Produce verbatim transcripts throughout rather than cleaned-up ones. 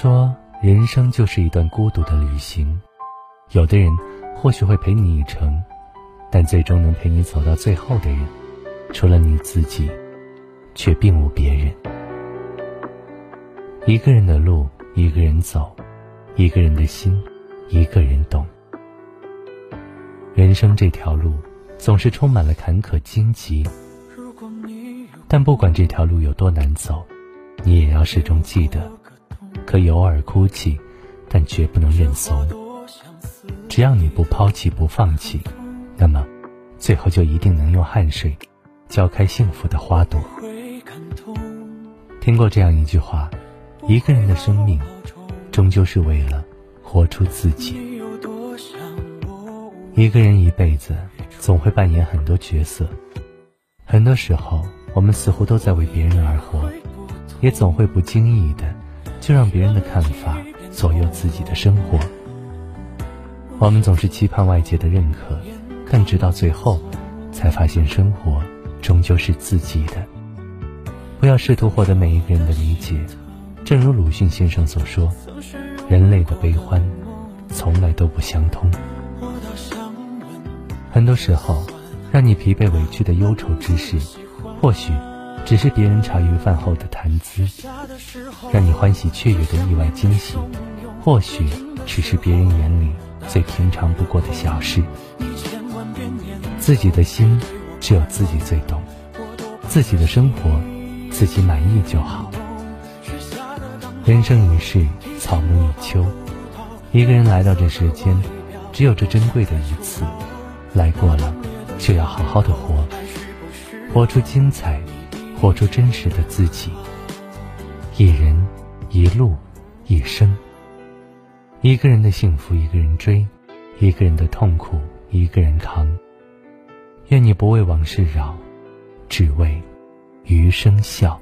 说，人生就是一段孤独的旅行，有的人或许会陪你一程，但最终能陪你走到最后的人，除了你自己，却并无别人。一个人的路，一个人走，一个人的心，一个人懂。人生这条路总是充满了坎坷荆棘，但不管这条路有多难走，你也要始终记得，可以偶尔哭泣，但绝不能认怂。只要你不抛弃不放弃，那么最后就一定能用汗水浇开幸福的花朵。听过这样一句话，一个人的生命终究是为了活出自己。一个人一辈子总会扮演很多角色，很多时候我们似乎都在为别人而活，也总会不经意的就让别人的看法左右自己的生活。我们总是期盼外界的认可，但直到最后才发现生活终究是自己的。不要试图获得每一个人的理解，正如鲁迅先生所说，人类的悲欢从来都不相通。很多时候让你疲惫委屈的忧愁之事，或许只是别人茶余饭后的谈资；让你欢喜雀跃的意外惊喜，或许只是别人眼里最平常不过的小事。自己的心只有自己最懂，自己的生活自己满意就好。人生一世，草木一秋，一个人来到这世间，只有这珍贵的一次，来过了就要好好的活，活出精彩，活出真实的自己。一人一路一生，一个人的幸福一个人追，一个人的痛苦一个人扛。愿你不为往事扰，只为余生笑。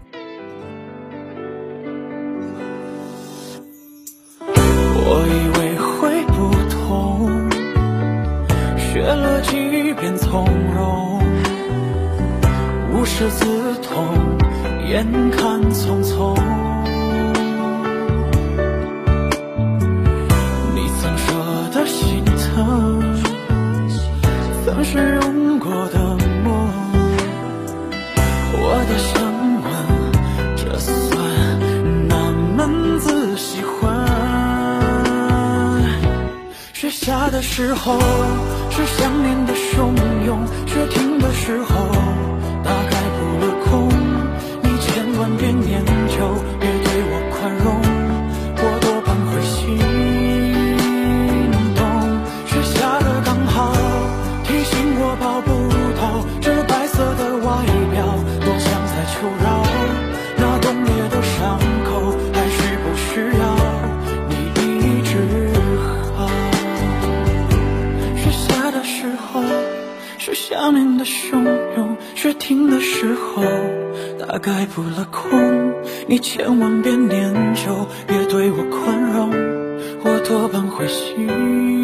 我以为会不同，学了几遍从容，无师自通，眼看匆匆。你曾说的心疼，曾是用过的梦，我的想问，这算哪门子喜欢？雪下的时候是想念的汹涌，雪停的时候大概扑了空。你千万别念旧，别对我宽容，我多半会心动。雪下的刚好提醒我抱不到这白色的外表，多像在求饶。那冻裂的伤口还需不需要你医治好？雪下的时候是想念的汹涌，雪停的时候大概扑了空。你千万别念旧，别对我宽容，我多半会心